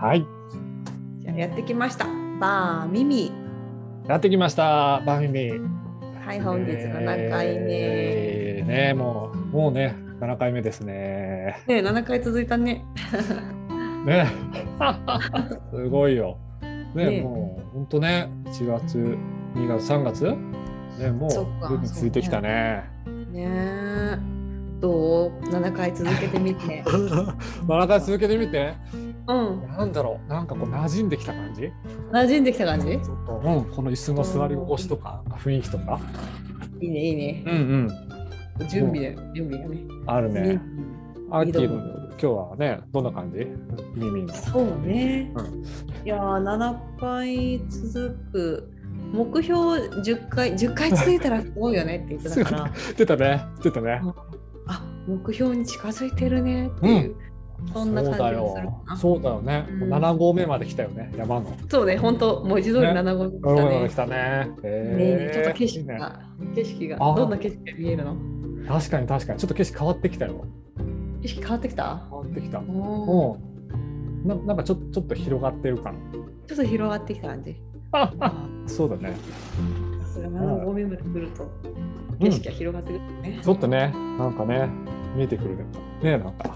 はい。 じゃあやってきました。バーミミ。 やってきました。バーミミ。 はい、本日7回目。 ね、もうね、7回目ですね。 ね、7回続いたね。 ね。すごいよ。ね、 ねもう本当ね、1月、2月、3月ね、もそっかう随分続いてきたね。 ね。どう ?7 回続けてみて。 7回続けてみて。 うん。 なんだろう、なんかこう馴染んできた感じ？ 馴染んできた感じ？ ちょっと、この椅子の座り心地とか、雰囲気とか。 いいね、いいね。準備だよね。 あるね。アーキーのの今日はね、どんな感じ？耳の。 そうね。いやー、7回続く。目標10回続いたらすごいよねって言ってたから。 出たね。 あ、目標に近づいてるねっていう。そんな感じがするかな。 そうだよね。もう7合目まで来たよね、山の。 そうね、本当文字通り7合目来たね。 ちょっと景色がどんな景色が見えるの？ 確かにちょっと景色変わってきたよ。 景色変わってきた？ もうなんかちょっと広がってる感。 ちょっと広がってきた感じ。 そうだね。 それ7合目まで来ると景色が広がってくるね。 ちょっとね、なんかね、見えてくるね、なんか。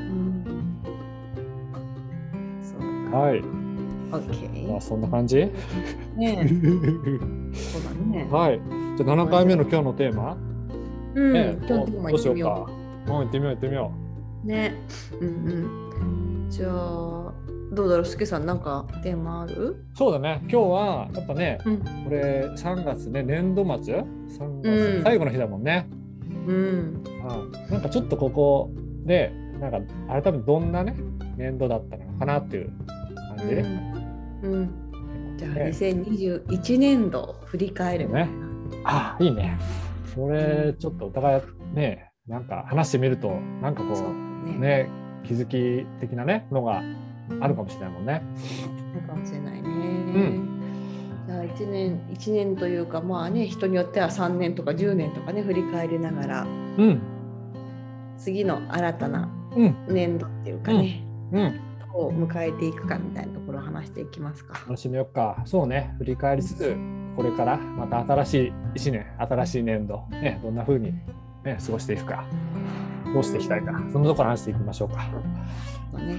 はい。 OK。 まあそんな感じ？ ね。そうだね。 はい。じゃあ7回目の今日のテーマ？ 今日のテーマどうしようか。行ってみよう。ね。じゃあどうだろう、すけさん、なんかテーマある？ そうだね。今日はやっぱね、これ3月ね、年度末3月最後の日だもんね。なんかちょっとここでなんか改めてどんなね年度だったのかなっていう感じで。 じゃあ2021年度振り返るね。 あ、いいね。それちょっとお互いね、なんか話してみるとなんかこうね、気づき的なねのがあるかもしれないもんね。 あるかもしれないね。じゃあ1年というか、まあね、人によっては3年とか10年とかね振り返りながら、次の新たな年度っていうかね、を迎えていくかみたいなところを話していきますか。 楽しみよっか。そうね、振り返りつつこれからまた新しい1年、新しい年度ね、どんな風にね過ごしていくか、どうしていきたいか、そのところ話していきましょうか。 そうだね。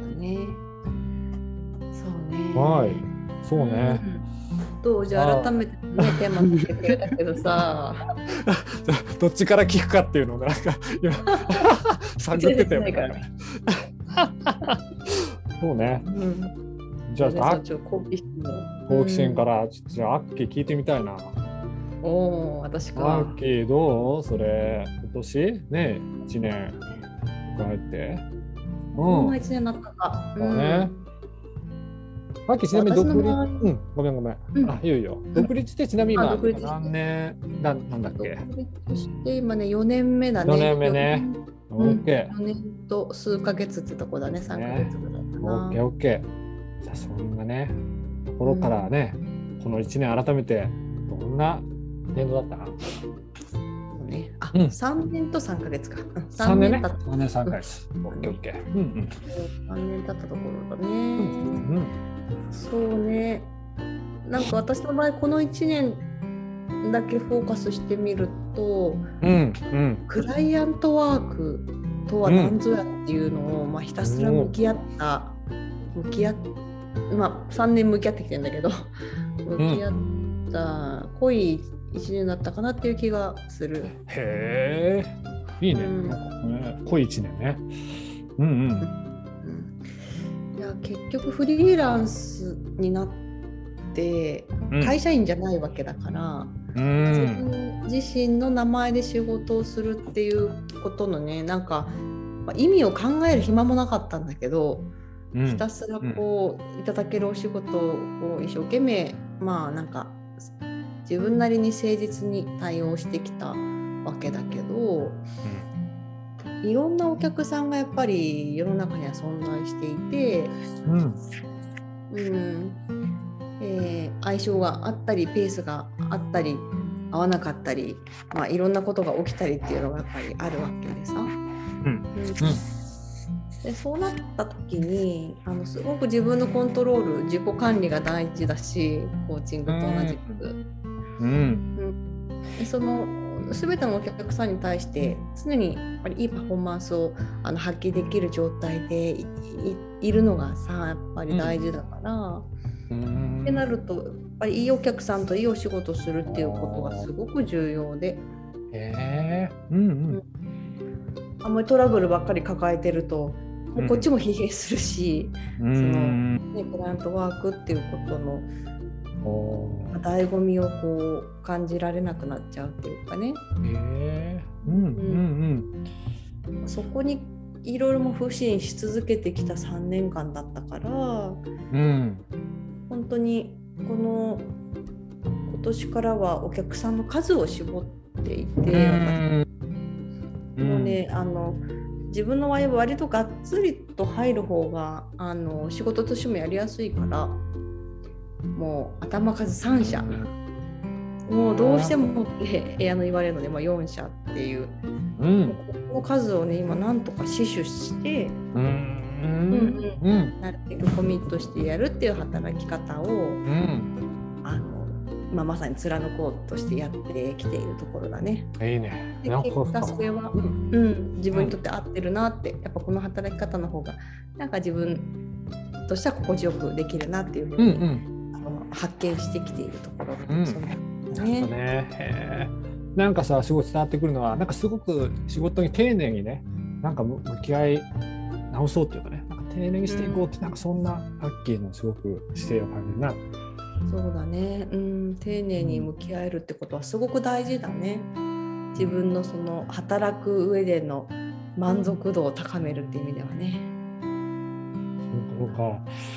はい、そうね。 どう？じゃあ改めてねテーマにしてくれたけどさどっちから聞くかっていうのがなんか今探ってたよね。そうね。じゃあ好奇心からじゃあアッキー聞いてみたいな。 私か。 アッキーどう？それ今年ね1年迎えて。 もう1年になったか。 そうね。アッキーちなみに独立、ごめん。あ、いいよ。独立してちなみに今何年なんだっけ？ 独立して今ね4年目だね。 4年目ね。4 年と数ヶ月ってとこだね。3ヶ月ぐらいかな。 OK。じゃあそんなねところからね、この1年改めてどんな年度だったか。 3年と3ヶ月か。 3年経った。3年3ヶ月。OK。 3年経ったところだね。そうね。なんか私の場合この1年だけフォーカスしてみると、クライアントワークとは何ぞやっていうのを、ひたすら向き合まあ3年向き合ってきてんだけど向き合った濃い1年だったかなっていう気がする。 へえ、いいね。濃い1年ね。 いや結局フリーランスになって会社員じゃないわけだから、自分自身の名前で仕事をするっていうことのね、なんか、意味を考える暇もなかったんだけど、ひたすらこういただけるお仕事を一生懸命なんか自分なりに誠実に対応してきたわけだけど、いろんなお客さんがやっぱり世の中には存在していて、相性があったりペースがあったり合わなかったり、いろんなことが起きたりっていうのがやっぱりあるわけでさ、 でそうなった時にすごく自分のコントロール自己管理が大事だし、コーチングと同じく、でその全てのお客さんに対して常にやっぱりいいパフォーマンスを発揮できる状態で いるのがさやっぱり大事だから、ってなるとやっぱりいいお客さんといいお仕事するっていうことがすごく重要で、あんまりトラブルばっかり抱えてるともうこっちも疲弊するし、そのクライアントワークっていうことの醍醐味をこう感じられなくなっちゃうっていうかね。そこにいろいろも不信し続けてきた3年間だったから、本当に今年からはお客さんの数を絞っていて、もうね自分の場合は割とがっつりと入る方が仕事としてもやりやすいから、もう頭数3社、もうどうしても言われるので、4社っていう、この数をね今なんとか死守してなるべくコミットしてやるっていう働き方を、まさに貫こうとしてやってきているところだね。 いいね。 で結果それは、自分にとって合ってるなって、やっぱこの働き方の方がなんか自分としては心地よくできるなっていうふうに、発見してきているところですね。 なんかさすごい伝わってくるのは、なんかすごく仕事に丁寧にね、なんか向き合い直そうっていうかね、なんか丁寧にしていこうって、なんかそんなアッキーのすごく姿勢を感じるな。 そうだね、丁寧に向き合えるってことはすごく大事だね。自分のその働く上での満足度を高めるっていう意味ではね。 そうか。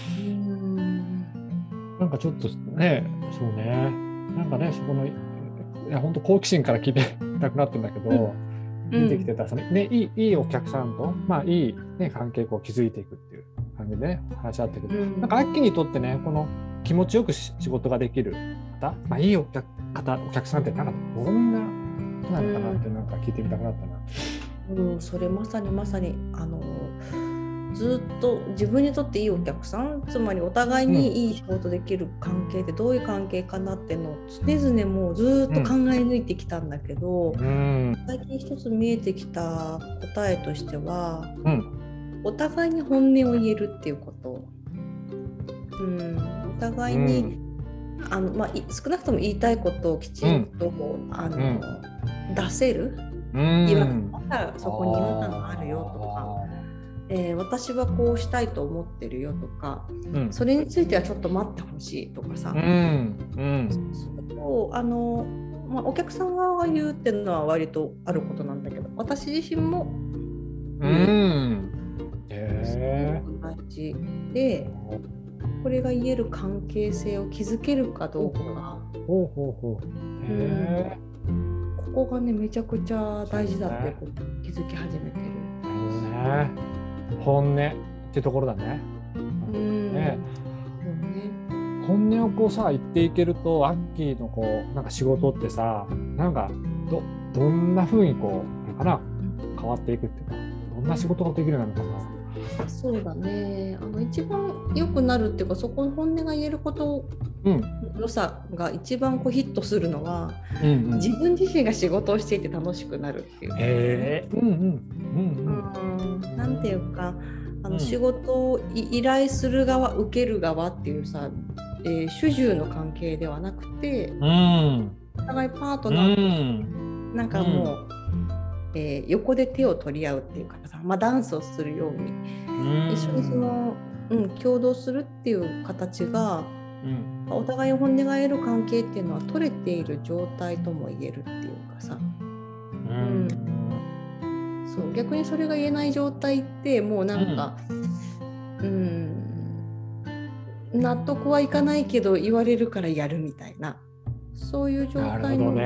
なんかちょっとね、そうね、なんかね、そこの本当好奇心から聞いてみたくなってるんだけど、見てきてたその、ね、いいお客さんと、いい、ね、関係を築いていくっていう感じでね話し合ってるけど、なんかアッキーにとってね、この気持ちよく仕事ができる方、いいお客さんってなんかどんな人なのかなってなんか聞いてみたくなったな。 それまさにずっと自分にとっていいお客さん、つまりお互いにいい仕事できる関係ってどういう関係かなっていうのを常々もうずっと考え抜いてきたんだけど、最近一つ見えてきた答えとしては、お互いに本音を言えるっていうこと。お互いに、少なくとも言いたいことをきちんと、出せる、言わなかったらそこに違和感があるよとか、私はこうしたいと思ってるよとか、それについてはちょっと待ってほしいとかさ、お客さん側が言うっていうのは割とあることなんだけど、私自身もすごく大事で、これが言える関係性を築けるかどうか、ここがねめちゃくちゃ大事だってことに気づき始めてる。 本音ってところだね。本音をこうさ言っていけると、アッキーのこうなんか仕事ってさ、なんかどんな風にこう変わっていくっていうか、どんな仕事ができるのかな。 そうだね、一番良くなるっていうか、そこの本音が言えることの良さが一番こうヒットするのは、自分自身が仕事をしていて楽しくなるっていう。なんていうか、仕事を依頼する側受ける側っていうさ、主従の関係ではなくて、お互いパートナーとしてなんかもう、横で手を取り合うっていうかさ、ダンスをするように、一緒にその、共同するっていう形が、お互い本音が得る関係っていうのは取れている状態とも言えるっていうかさ、そう逆にそれが言えない状態ってもうなんか、納得はいかないけど言われるからやるみたいな、そういう状態に、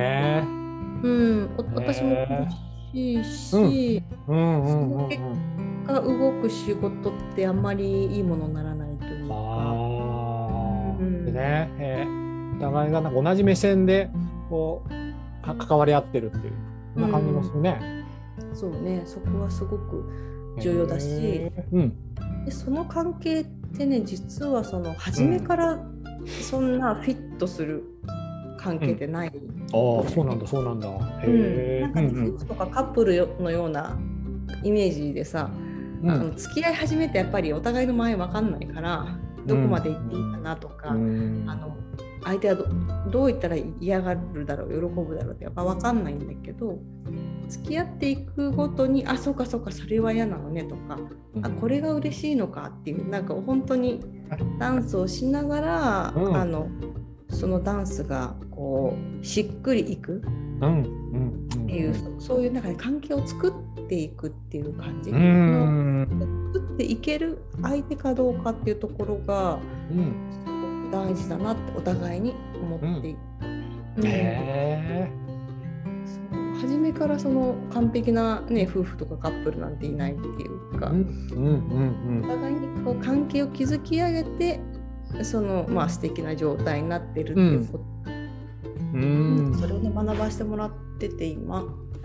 私も苦しいし、その結果動く仕事ってあんまりいいものにならないというか、 お互いがなんか同じ目線でこう関わり合ってるっていうそんな感じもするね。 そうね、そこはすごく重要だし、でその関係ってね、実はその初めからそんなフィットする関係でない、 そうなんだそうなんだ。 なんか夫婦とかカップルのようなイメージでさ、付き合い始めてやっぱりお互いの前分かんないから、どこまで行っていいかなとか、相手はどう言ったら嫌がるだろう、喜ぶだろうってやっぱ分かんないんだけど、付き合っていくごとに、あ、そうかそうか、それは嫌なのねとか、あ、これが嬉しいのかっていう、なんか本当にダンスをしながら、そのダンスがこうしっくりいくっていう、そういう中で関係を作っていくっていう感じの、作っていける相手かどうかっていうところが大事だなってお互いに思っている。初めからその完璧な、ね、夫婦とかカップルなんていないっていうか、お互いにこう関係を築き上げて、その素敵な状態になってるっていうこと、それをね学ばせてもらってて今。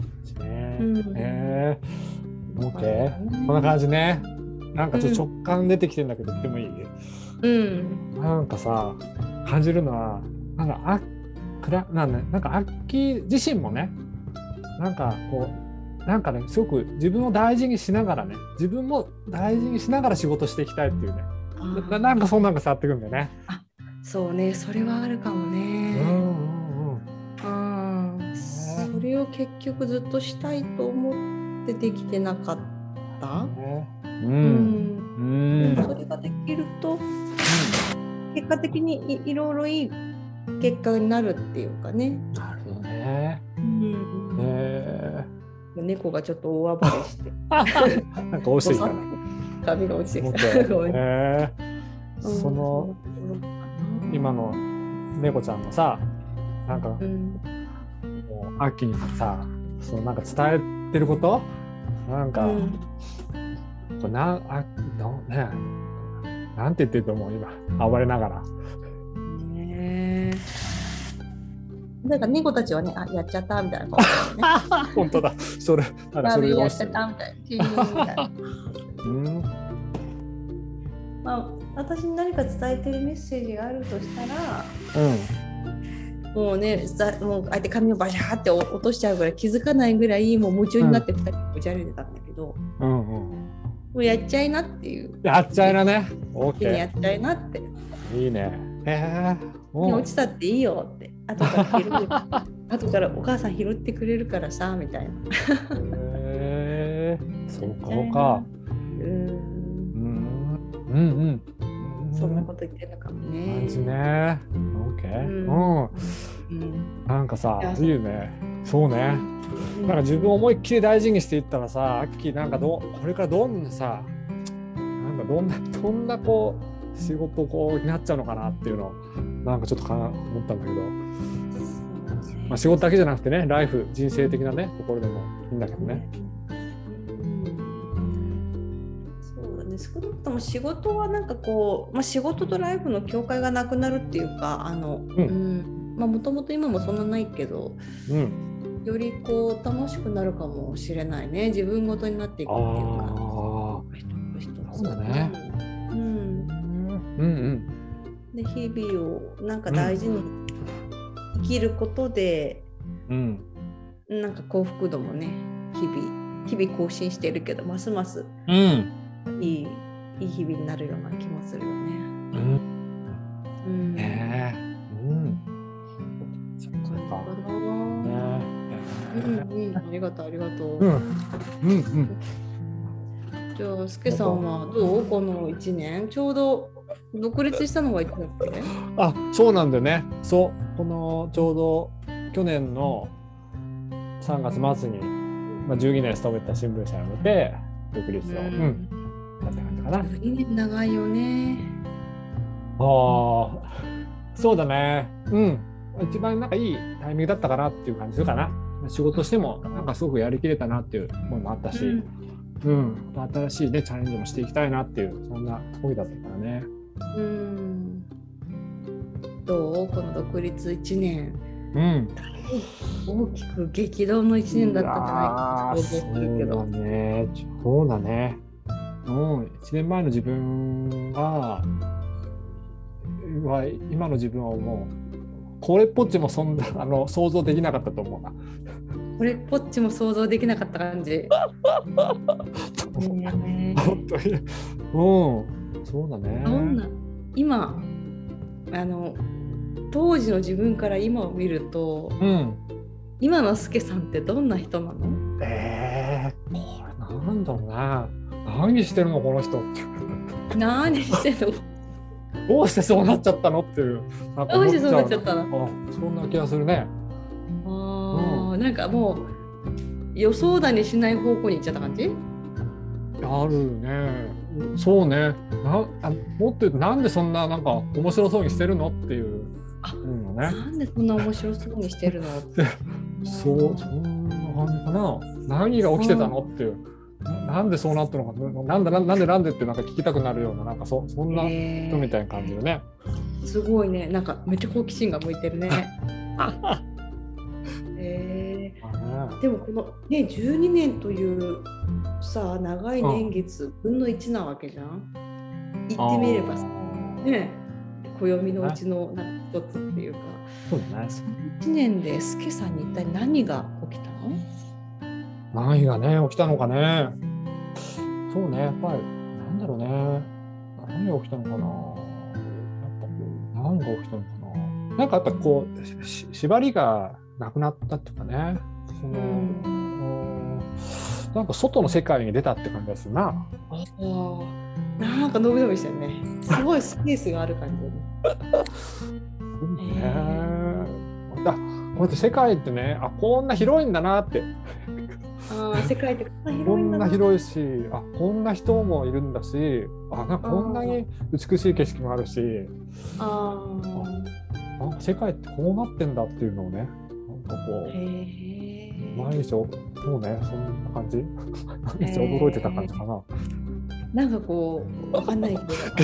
OK、こんな感じね。なんかちょっと直感出てきてるんだけど、言ってもいい？なんかさ、感じるのはなんかアッキー自身もね、なんかこうなんかね、すごく自分を大事にしながらね、自分も大事にしながら仕事していきたいっていうね、なんかそんなんが伝わってくるんだよね。 そうね、それはあるかもね。それを結局ずっとしたいと思ってできてなかった。それができると、結果的にいろいろいい結果になるっていうかね。 なるほどね。 猫がちょっと大暴れして。 なんか落ちてきたな。 髪が落ちてきた。 その今の猫ちゃんのさ、なんか、もうアッキーにさ、そのなんか伝えてること、なんか、これなんて言ってると思う今、暴れながら。 なんか猫たちはね、やっちゃったみたいな顔してね。 本当だ、それやっちゃったみたいな。私に何か伝えてるメッセージがあるとしたら、もうね、もう相手髪をバシャーって落としちゃうぐらい、気づかないぐらいもう夢中になって2人持ち歩いてたんだけど、もうやっちゃいなっていう。 やっちゃいなね。 やっちゃいなって。 いいね。 落ちたっていいよって。後からお母さん拾ってくれるからさみたいな。 そうか。 そんなこと言ってるかもね。 感じね。なんかさ、いいよね。そうね。なんか自分を思いっきり大事にしていったらさ、アッキーなんかこれからどんなさ、なんかどんなこう仕事こうになっちゃうのかなっていうのをなんかちょっと思ったんだけど、仕事だけじゃなくてね、ライフ、人生的なねところでもいいんだけどね。 少なくとも仕事はなんかこう、仕事とライフの境界がなくなるっていうか、もともと今もそんなないけど、よりこう楽しくなるかもしれないね。自分ごとになっていくっていうか、一つそうだね。 で日々をなんか大事に生きることで、なんか幸福度もね、日々更新してるけど、ますますいい日々になるような気もするよね。ありがとう。じゃあ、すけさんはどう？この1年、ちょうど独立したのがいつだっけ？ そうなんだよね。そう、このちょうど去年の3月末に、12年勤めた新聞社を辞めて独立を。 2年長いよね。 そうだね。一番なんかいいタイミングだったかなっていう感じするかな。仕事してもなんかすごくやりきれたなっていう思いもあったし、新しいねチャレンジもしていきたいなっていう、そんな時だったからね。 どう？この独立1年。 うん、 大きく激動の1年だったんじゃないかと想像するけど。 そうだね、そうだね。うん、1年前の自分は今の自分はもうこれっぽっちもそんな想像できなかったと思うな。 これっぽっちも想像できなかった感じ。 本当に、うん、そうだね。 どんな今当時の自分から今を見ると、 うん、 今のスケさんってどんな人なの？ これなんだろうな。何してるのこの人。 何してんの？ どうしてそうなっちゃったのっていう。 どうしてそうなっちゃったの？ そんな気がするね。 なんかもう予想だにしない方向に行っちゃった感じ？ あるね。そうね。もっと言うとなんでそんななんか面白そうにしてるのっていう。 なんでそんな面白そうにしてるのって。 そんな感じかな。何が起きてたのっていう。なんでそうなったのか、なんでってなんか聞きたくなるような、なんかそんな人みたいな感じよね。 すごいね。なんかめっちゃ好奇心が向いてるね。でもこのね12年というさ長い年月分の1なわけじゃん。言ってみればさね暦のうちの一つっていうか。 そうだね。 その1年でスケさんに一体何が起きたの？ 何がね起きたのかね。そうね、やっぱりなんだろうね。何が起きたのかな。やっぱ何が起きたのかな。なんかやっぱこう縛りがなくなったっていうかね。なんか外の世界に出たって感じですな。 なんか伸び伸びしてるね。すごいスペースがある感じ。 こうやって世界ってね、こんな広いんだなって。 世界ってこんな広いし、こんな人もいるんだし、なんかこんなに美しい景色もあるし、世界ってこうなってんだっていうのをね、なんかこう毎日もうねそんな感じ、毎日驚いてた感じかな。 なんかこうわかんないけ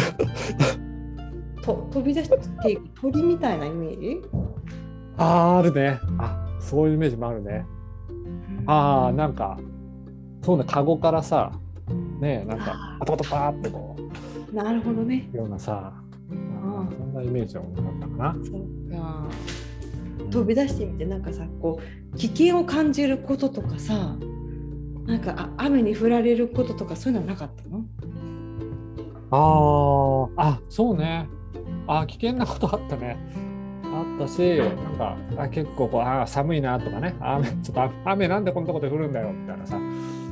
ど飛び出していく鳥みたいなイメージ？ あるね。そういうイメージもあるね。なんかそうね、カゴからさね、なんかパタパタパーってこうなるほどねようなさ、そんなイメージを持ったかな。 そうか。飛び出してみてなんかさこう危険を感じることとかさ、なんか雨に降られることとかそういうのはなかったの？ そうね。危険なことあったね。あったし、なんか結構こう寒いなとかね、ちょっと雨なんでこんなとこで降るんだよみたいなさ。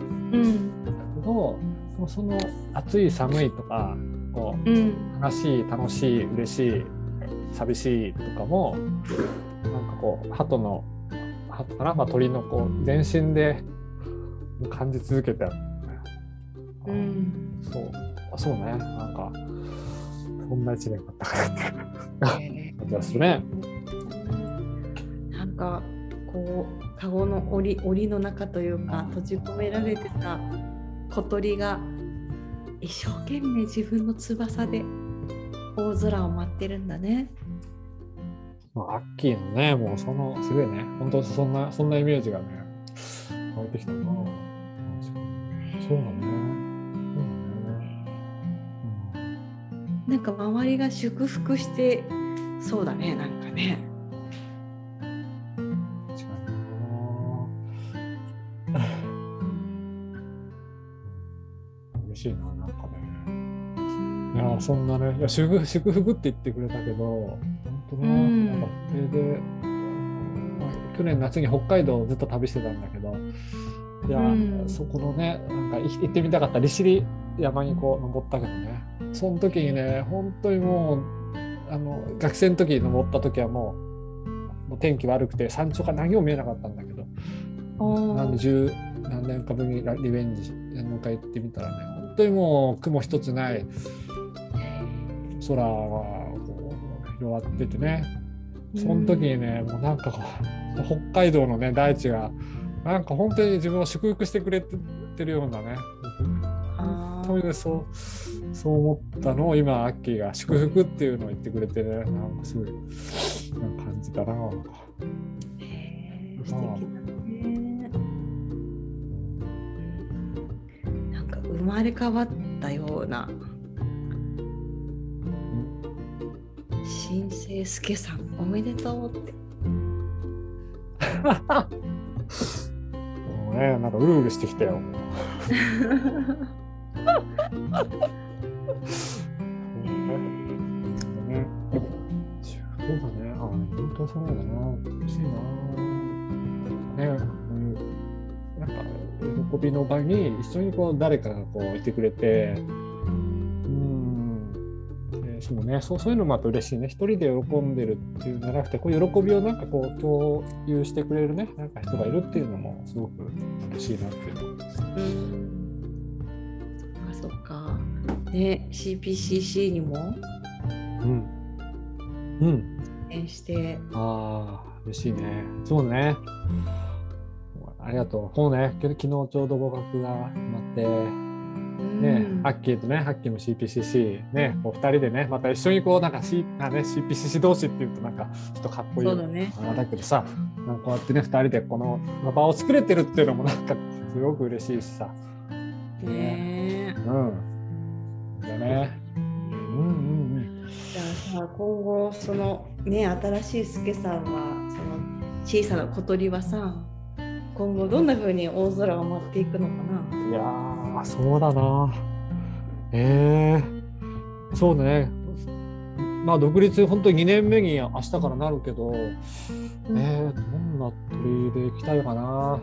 その暑い寒いとかこう、悲しい楽しい嬉しい寂しいとかもなんかこう鳩かな、鳥のこう全身で感じ続けてある。そうね、なんかそんな一年だったかなって感じがするね。 なんかこうカゴの檻の中というか閉じ込められてた小鳥が一生懸命自分の翼で大空を待ってるんだね。 アッキーのね、もうすごいね、本当そんなイメージがね湧いてきたな。そうだね。 なんか周りが祝福してそうだね、なんかね。 嬉しいな、なんかね。いや、そんなね、祝福って言ってくれたけど、本当な、なんかで、去年夏に北海道をずっと旅してたんだけど、いや、そこのね、なんか行ってみたかった利尻山にこう登ったけどね、その時にね、本当にもう学生の時に登った時はもう天気悪くて山頂から何も見えなかったんだけど、何年かぶりにリベンジもう一回行ってみたらね、本当にもう雲一つない空がこう広がっててね、その時にね、もうなんかこう北海道のね大地がなんか本当に自分を祝福してくれてるようなね、そういうそう思ったのを今アッキーが祝福っていうのを言ってくれてね、なんかすごいなんか感じたな。 素敵だね。なんか生まれ変わったような。新生助さんおめでとうって。 もうね、なんかうるうるしてきたよ。そうだね。本当そうだな。嬉しいな。ね、なんか喜びの場に一緒にこう誰かがこういてくれて、そうね、そういうのもまた嬉しいね。一人で喜んでるっていうんじゃなくて、こう喜びをなんかこう共有してくれるね、なんか人がいるっていうのもすごく嬉しいなっていうの。 そっか。ね、CPCC にも。出演して。 嬉しいね。そうね。ありがとう。こうね、昨日ちょうど合格が決まって。ね、アッキーとね、アッキーも CPCC ね、こう2人でね、また一緒にこうなんか、CPCC 同士っていうとなんかちょっとかっこいい。 そうだね。 だけどさ、なんかこうやってね、2人でこの場を作れてるっていうのもなんかすごく嬉しいしさ。 ね。 だね。 じゃあさ、今後そのね、新しい助さんはその小さな小鳥はさ、今後どんな風に大空を舞っていくのかな。 いやー、そうだな。そうね。まあ独立本当に2年目に明日からなるけど、どんな鳥でいきたいかな。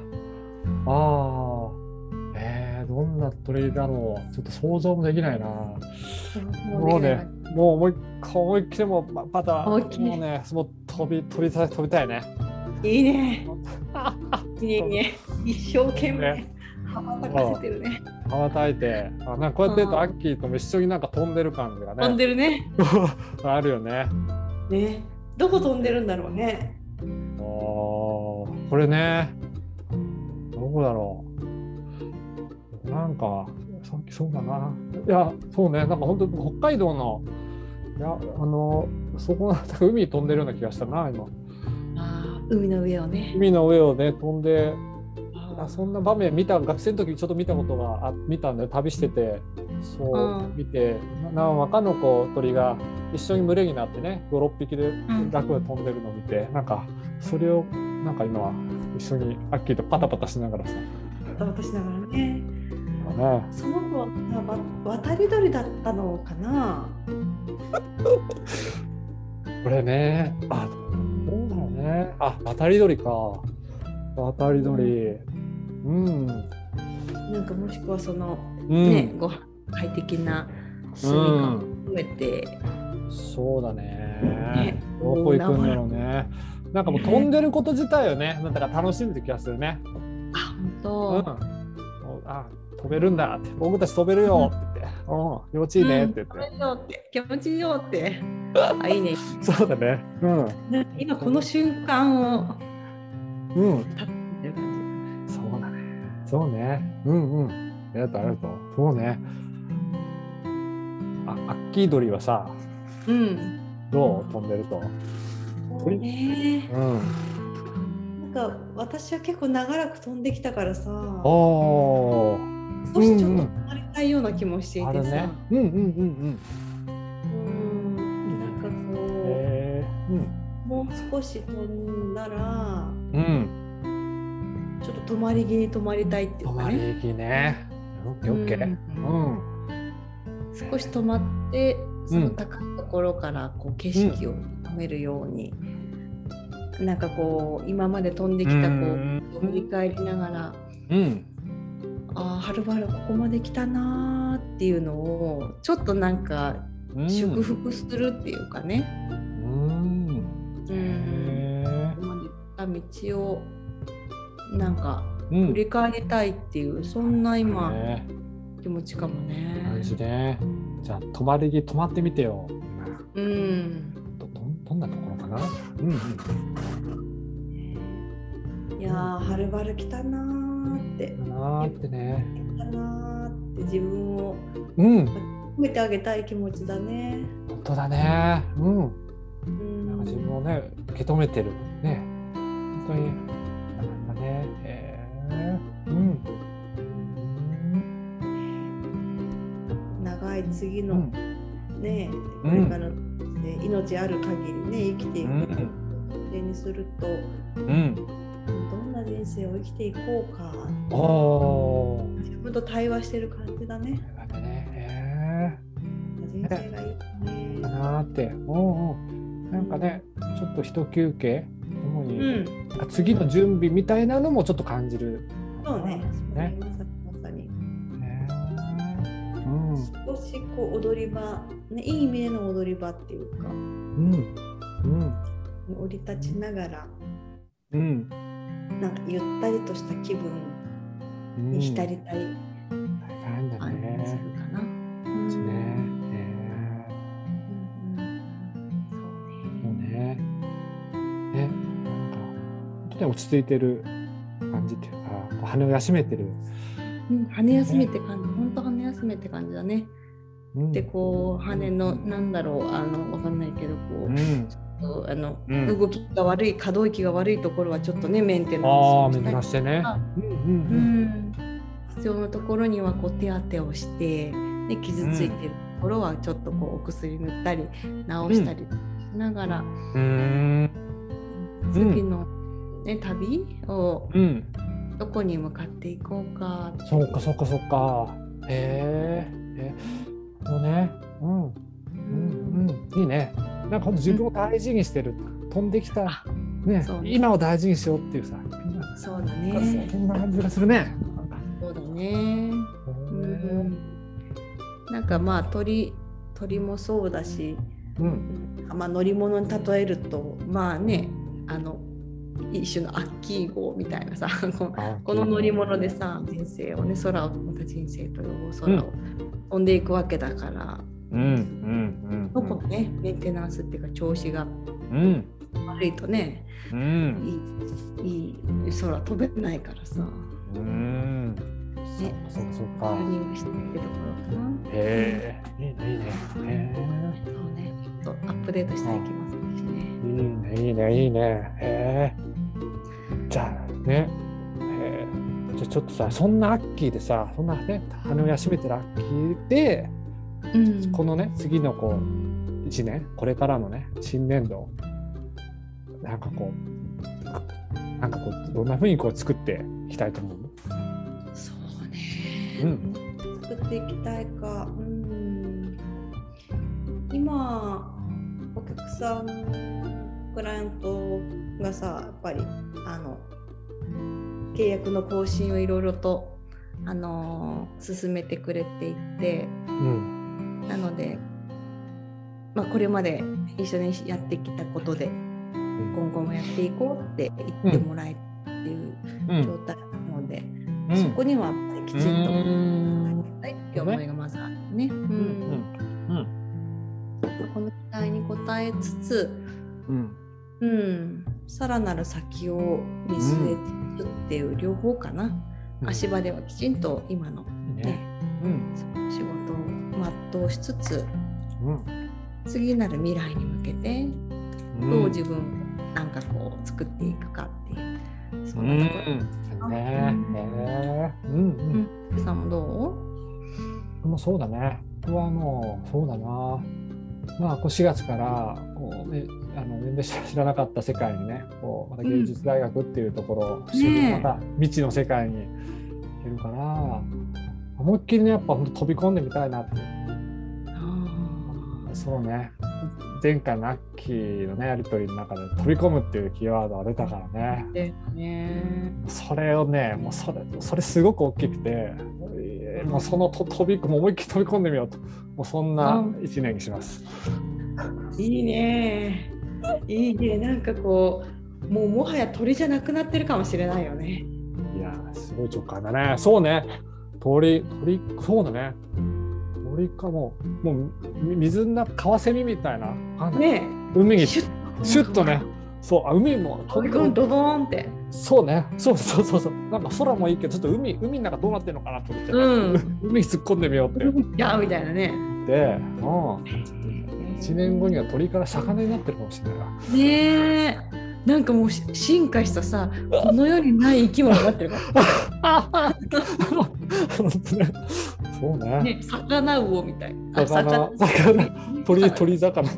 どんな鳥だろう。ちょっと想像もできないな。もうね、もう思いっきりもまたもうね、もう飛びたいね。 いいね。いいね。一生懸命羽ばたかせてるね。 羽ばたいて、なんかこうやって言うとアッキーとも一緒になんか飛んでる感じがね。 飛んでるね。 あるよね。 ね、どこ飛んでるんだろうね。 これね、どこだろう。なんかさっきそうだな。いや、そうね、なんか本当北海道のそこなんか海に飛んでるような気がしたな今。 海の上をね。 海の上をね飛んで。そんな場面学生の時ちょっと見たことが見たんだよ。旅しててそう見て、何羽かの鳥が一緒に群れになってね5、6匹で楽に飛んでるのを見て、なんかそれをなんか今は一緒にアッキーとパタパタしながらさ。 パタパタしながらね。その子は渡り鳥だったのかな。 これね、そうだよね。渡り鳥か。渡り鳥。 なんかもしくはその、ね、ご飯快適な住みかを含めて、 そうだね。どこ行くんだろうね。なんかもう飛んでること自体をね、なんだか楽しんでる気がするね。 本当。 飛べるんだって、僕たち飛べるよって言って、気持ちいいねって言って。 気持ちいいよって。いいね。 そうだね。 今この瞬間を。 そうだね。そうね。ありがとう。そうね。アッキー鳥はさ、どう飛んでると。 なんか私は結構長らく飛んできたからさ、少しちょっと止まりたいような気もしていてさ。なんかこう、もう少し飛んだら、ちょっと止まり木に止まりたいっていうかね。 止まり木ね。オッケー。 少し止まってその高いところからこう景色を見めるように、なんかこう今まで飛んできたこう振り返りながら、はるばるここまで来たなーっていうのをちょっとなんか祝福するっていうかね。ここまで来た道をなんか振り返りたいっていう、そんな今、気持ちかもね。 感じね。じゃあ止まってみてよ。どんなところかな。 いやー、はるばる来たなーって。 ね。 来たなーって自分を褒めてあげたい気持ちだね。 本当だね。なんか自分をね受け止めてるね。本当になんかね。 長い次の、ねこれから、命ある限りね生きていくことにすると、どんな人生を生きていこうか。自分と対話してる感じだね。人生がいいね。 かなーって。なんかね、ちょっと一休憩ともに、次の準備みたいなのもちょっと感じる。 そうね。まさに。少しこう踊り場、ね、いい意味での踊り場っていうか、降り立ちながら、なんかゆったりとした気分に浸りたい感じするかな。 落ち着いてる感じっていうか、羽を休めてる。 羽休めて感じ、本当羽休めて感じだね。でこう羽のなんだろうわかんないけどこう、動きが悪い可動域が悪いところはちょっとねメンテナンスしてね。 必要なところにはこう手当てをして、ね、傷ついてるところはちょっとこうお薬塗ったり治したりしながら、次のね、旅をどこに向かっていこうか。 そうか。もうね、いいね。なんか自分を大事にしてる、飛んできた、ね、今を大事にしようっていうさ。 そうだね。 そんな感じがするね。 そうだね。なんかまあ鳥もそうだし、乗り物に例えるとまあね一種のアッキー号みたいなさこの乗り物でさ人生をね空をまた人生という空を飛んでいくわけだから、どこのねメンテナンスっていうか調子が悪いとね、いい空飛べないからさ、 そうか。 ランニングしてるところかな。 いいね。 そうね、ちょっとアップデートしていきますしね。 いいね。じゃあね、じゃあちょっとさ、そんなアッキーでさ、そんなね、羽を休めてるアッキーで、このね、次のこう1年、これからのね、新年度、なんかこうどんな風にこう作っていきたいと思う？ そうね。作っていきたいか。今お客さんクライアントがさやっぱり契約の更新をいろいろと進めてくれていて、なので、これまで一緒にやってきたことで今後もやっていこうって言ってもらえるっていう状態なので、そこにはやっぱりきちんとあげたいって思いがまずあるね。この期待に応えつつ、さらなる先を見据えていくっていう両方かな。足場ではきちんと今のね、仕事を全うしつつ、次なる未来に向けてどう自分をなんかこう作っていくかっていうそんなところね。さんもどう？ もうそうだね。僕はもうそうだな。4月からこう、ね、全然知らなかった世界にね、こうまた芸術大学っていうところ、また未知の世界に行けるから、思いっきりねやっぱ本当飛び込んでみたいなって。そうね。前回のアッキーのねやり取りの中で飛び込むっていうキーワードが出たからね。それをねもうそれすごく大きくて、もうそのもう思いっきり飛び込んでみようと、もうそんな1年にします。 いいね。なんかこうもはや鳥じゃなくなってるかもしれないよね。 いやすごい直感だね。そうね。鳥そうだね。鳥かもう水の中カワセミみたいな海にシュッとね。そう海もドボーンって。 そうね。そうなんか空もいいけどちょっと海の中どうなってるのかなと思って、海に突っ込んでみようって。 いやみたいなね。 、1年後には鳥から魚になってるかもしれないな。 ねえ、なんかもう進化したさ、この世にない生き物になってるから。 本当ね。そうね。 ね、魚魚みたい。 魚、鳥魚。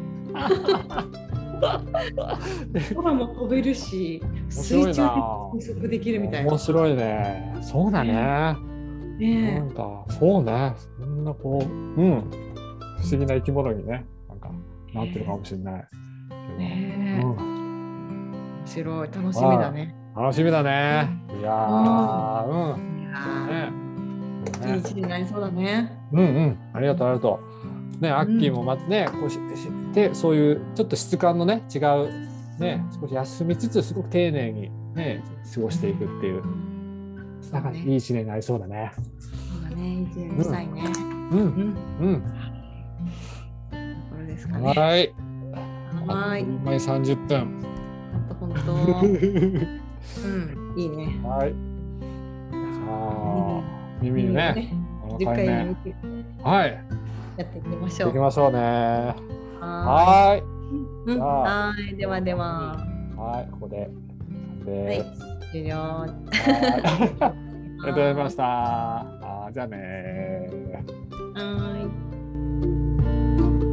空も飛べるし、水中で観測できるみたいな。 面白いね。そうだね。なんかそうね。そんなこう、不思議な生き物にね、なんかなってるかもしれない。 面白い、楽しみだね。 楽しみだね。いやー、 いい一日になりそうだね。 ありがとうありがとう。ね、アッキーもまたね、こうしてそういうちょっと質感のね違うね、少し休みつつすごく丁寧にね過ごしていくっていう、なんかいい一年になりそうだね。 そうだね、一年にしたいね。これですかね。 はい。 はい。 毎30分。 本当。いいね。 はい。耳にね。 10回目。 はい。 やっていきましょう。 行きましょうね。 はい。ではでは。 はい、ここで。 はい。終了。 ありがとうございました。じゃあね。 はい。